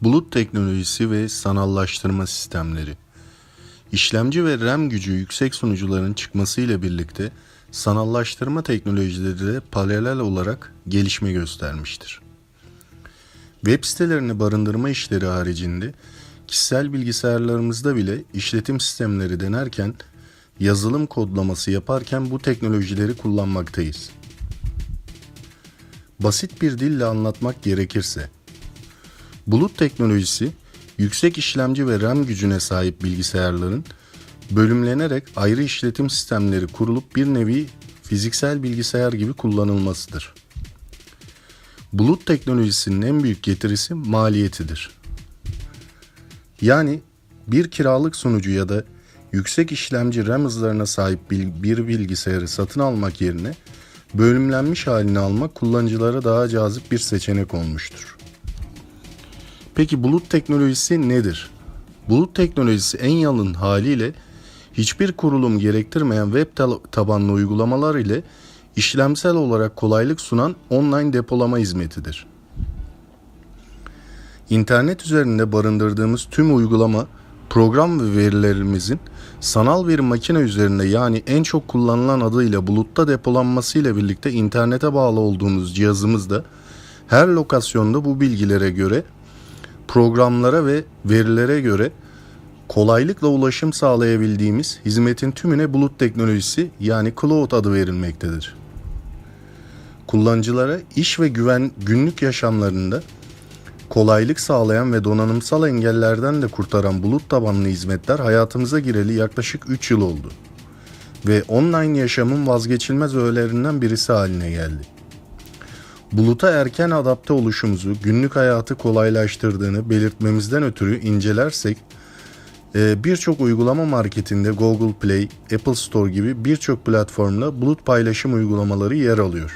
Bulut teknolojisi ve sanallaştırma sistemleri. İşlemci ve RAM gücü yüksek sunucuların çıkmasıyla birlikte sanallaştırma teknolojileri de paralel olarak gelişme göstermiştir. Web sitelerini barındırma işleri haricinde kişisel bilgisayarlarımızda bile işletim sistemleri denerken, yazılım kodlaması yaparken bu teknolojileri kullanmaktayız. Basit bir dille anlatmak gerekirse, bulut teknolojisi, yüksek işlemci ve RAM gücüne sahip bilgisayarların bölümlenerek ayrı işletim sistemleri kurulup bir nevi fiziksel bilgisayar gibi kullanılmasıdır. Bulut teknolojisinin en büyük getirisi maliyetidir. Yani bir kiralık sunucu ya da yüksek işlemci RAM hızlarına sahip bir bilgisayarı satın almak yerine bölümlenmiş halini almak kullanıcılara daha cazip bir seçenek olmuştur. Peki bulut teknolojisi nedir? Bulut teknolojisi en yalın haliyle hiçbir kurulum gerektirmeyen web tabanlı uygulamalar ile işlemsel olarak kolaylık sunan online depolama hizmetidir. İnternet üzerinde barındırdığımız tüm uygulama, program ve verilerimizin sanal bir makine üzerinde, yani en çok kullanılan adıyla bulutta depolanmasıyla birlikte internete bağlı olduğumuz cihazımızda her lokasyonda bu bilgilere göre, programlara ve verilere göre kolaylıkla ulaşım sağlayabildiğimiz hizmetin tümüne bulut teknolojisi, yani cloud adı verilmektedir. Kullanıcılara iş ve günlük yaşamlarında kolaylık sağlayan ve donanımsal engellerden de kurtaran bulut tabanlı hizmetler hayatımıza gireli yaklaşık 3 yıl oldu ve online yaşamın vazgeçilmez öğelerinden birisi haline geldi. Buluta erken adapte oluşumuzu, günlük hayatı kolaylaştırdığını belirtmemizden ötürü incelersek, birçok uygulama marketinde Google Play, Apple Store gibi birçok platformda bulut paylaşım uygulamaları yer alıyor.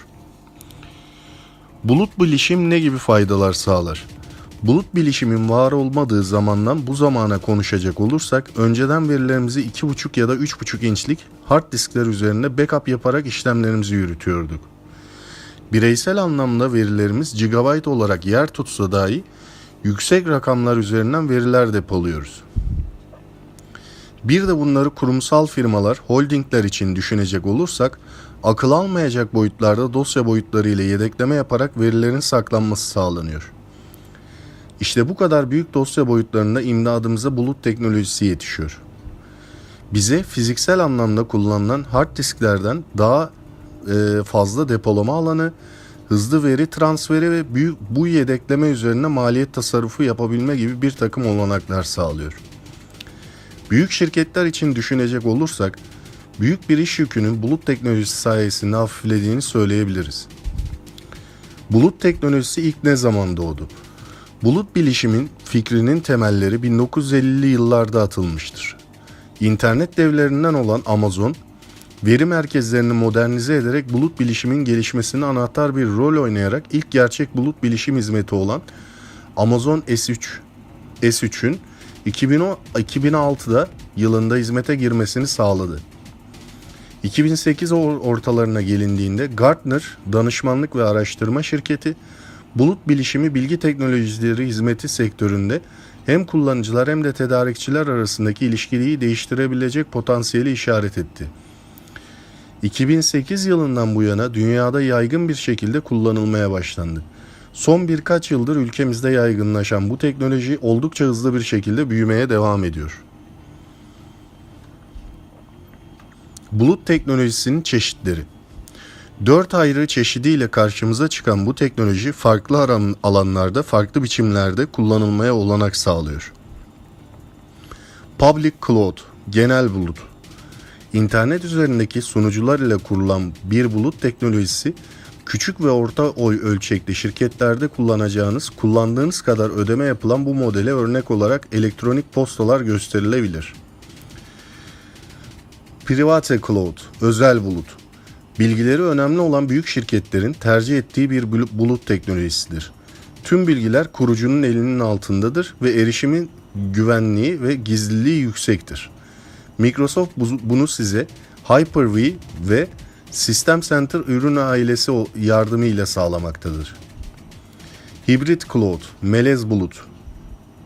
Bulut bilişim ne gibi faydalar sağlar? Bulut bilişimin var olmadığı zamandan bu zamana konuşacak olursak, önceden verilerimizi 2,5 ya da 3,5 inçlik hard diskler üzerinde backup yaparak işlemlerimizi yürütüyorduk. Bireysel anlamda verilerimiz GB olarak yer tutsa dahi yüksek rakamlar üzerinden veriler depoluyoruz. Bir de bunları kurumsal firmalar, holdingler için düşünecek olursak, akıl almayacak boyutlarda dosya boyutları ile yedekleme yaparak verilerin saklanması sağlanıyor. İşte bu kadar büyük dosya boyutlarında imdadımıza bulut teknolojisi yetişiyor. Bize fiziksel anlamda kullanılan hard disklerden daha fazla depolama alanı, hızlı veri transferi ve bu yedekleme üzerine maliyet tasarrufu yapabilme gibi bir takım olanaklar sağlıyor. Büyük şirketler için düşünecek olursak, büyük bir iş yükünün bulut teknolojisi sayesinde hafiflediğini söyleyebiliriz. Bulut teknolojisi ilk ne zaman doğdu? Bulut bilişimin fikrinin temelleri 1950'li yıllarda atılmıştır. İnternet devlerinden olan Amazon, veri merkezlerini modernize ederek bulut bilişimin gelişmesine anahtar bir rol oynayarak ilk gerçek bulut bilişim hizmeti olan Amazon S3'ün 2006'da yılında hizmete girmesini sağladı. 2008 ortalarına gelindiğinde Gartner danışmanlık ve araştırma şirketi, bulut bilişimi bilgi teknolojileri hizmeti sektöründe hem kullanıcılar hem de tedarikçiler arasındaki ilişkiyi değiştirebilecek potansiyeli işaret etti. 2008 yılından bu yana dünyada yaygın bir şekilde kullanılmaya başlandı. Son birkaç yıldır ülkemizde yaygınlaşan bu teknoloji oldukça hızlı bir şekilde büyümeye devam ediyor. Bulut teknolojisinin çeşitleri. 4 ayrı çeşidiyle karşımıza çıkan bu teknoloji farklı alanlarda, farklı biçimlerde kullanılmaya olanak sağlıyor. Public Cloud, genel bulut. İnternet üzerindeki sunucular ile kurulan bir bulut teknolojisi, küçük ve orta ölçekli şirketlerde kullandığınız kadar ödeme yapılan bu modele örnek olarak elektronik postalar gösterilebilir. Private Cloud, özel bulut. Bilgileri önemli olan büyük şirketlerin tercih ettiği bir bulut teknolojisidir. Tüm bilgiler kurucunun elinin altındadır ve erişimin güvenliği ve gizliliği yüksektir. Microsoft bunu size Hyper-V ve System Center ürün ailesi yardımıyla sağlamaktadır. Hibrit Cloud, melez bulut.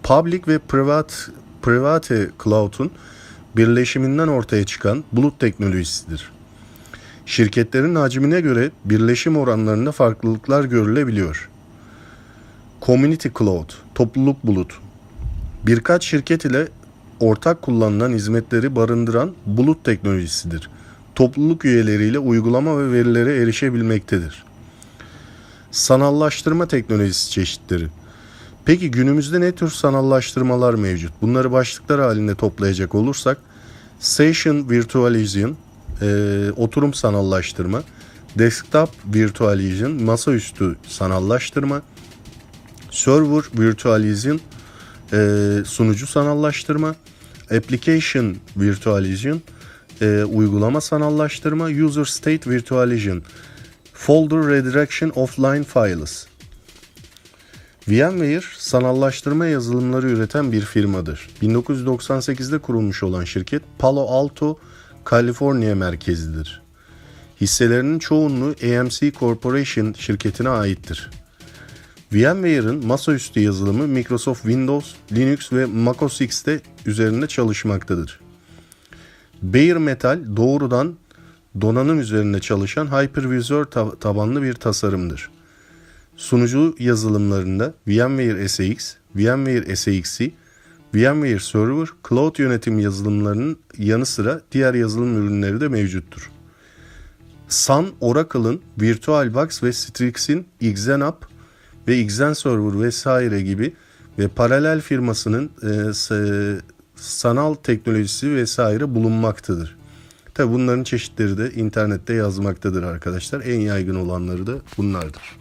Public ve Private Cloud'un birleşiminden ortaya çıkan bulut teknolojisidir. Şirketlerin hacmine göre birleşim oranlarında farklılıklar görülebiliyor. Community Cloud, topluluk bulut. Birkaç şirket ile ortak kullanılan hizmetleri barındıran bulut teknolojisidir. Topluluk üyeleriyle uygulama ve verilere erişebilmektedir. Sanallaştırma teknolojisi çeşitleri. Peki günümüzde ne tür sanallaştırmalar mevcut? Bunları başlıklar halinde toplayacak olursak, Session Virtualization, oturum sanallaştırma, Desktop Virtualization, masaüstü sanallaştırma, Server Virtualization, sunucu sanallaştırma, Application Virtualization, uygulama sanallaştırma, User State Virtualization, Folder Redirection Offline Files. VMware, sanallaştırma yazılımları üreten bir firmadır. 1998'de kurulmuş olan şirket, Palo Alto, Kaliforniya merkezlidir. Hisselerinin çoğunluğu AMC Corporation şirketine aittir. VMware'ın masaüstü yazılımı Microsoft Windows, Linux ve macOS X'te üzerinde çalışmaktadır. Bare Metal doğrudan donanım üzerinde çalışan hypervisor tabanlı bir tasarımdır. Sunucu yazılımlarında VMware SAX, VMware SAXC, VMware Server, Cloud yönetim yazılımlarının yanı sıra diğer yazılım ürünleri de mevcuttur. Sun, Oracle'ın VirtualBox ve Strix'in XenApp ve XenServer vesaire gibi ve paralel firmasının sanal teknolojisi vesaire bulunmaktadır. Tabi bunların çeşitleri de internette yazmaktadır arkadaşlar. En yaygın olanları da bunlardır.